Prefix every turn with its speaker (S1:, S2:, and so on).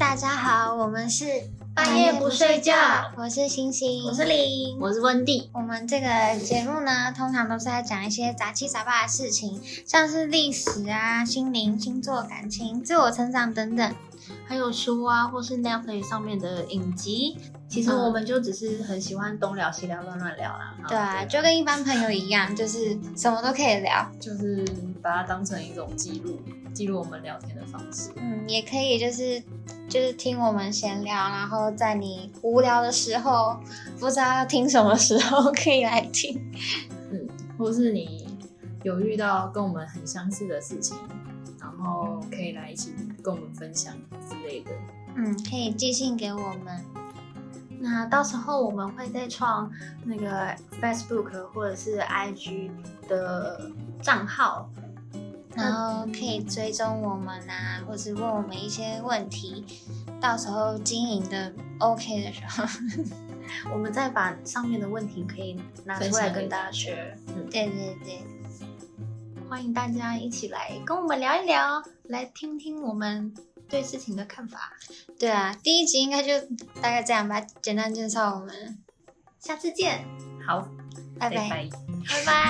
S1: 大家好，我们是
S2: 半夜不睡觉，
S1: 我是星星，
S2: 我是林，
S3: 我是温蒂。
S1: 我们这个节目呢，通常都是在讲一些杂七杂八的事情，像是历史啊、心灵、星座、感情、自我成长等等，
S3: 还有书啊，或是 Netflix 上面的影集。其实我们就只是很喜欢东聊西聊、乱聊啦。
S1: 对啊，就跟一般朋友一样，就是什么都可以聊，
S2: 就是把它当成一种记录我们聊天的方式。
S1: 也可以就是听我们闲聊，然后在你无聊的时候，不知道要听什么时候，可以来听。
S2: 或是你有遇到跟我们很相似的事情，然后可以来一起跟我们分享之类的。
S1: 可以寄信给我们。
S3: 那到时候我们会再创那个 Facebook 或者是 IG 的账号，
S1: 然后可以追踪我们啊，或是问我们一些问题，到时候经营的 OK 的时候，
S3: 我们再把上面的问题可以拿出来跟大家学。
S1: 对，
S3: 欢迎大家一起来跟我们聊一聊，来听听我们对事情的看法。
S1: 对啊，第一集应该就大概这样吧，简单介绍我们，
S3: 下次见，
S2: 好，
S1: 拜拜。
S3: 拜拜。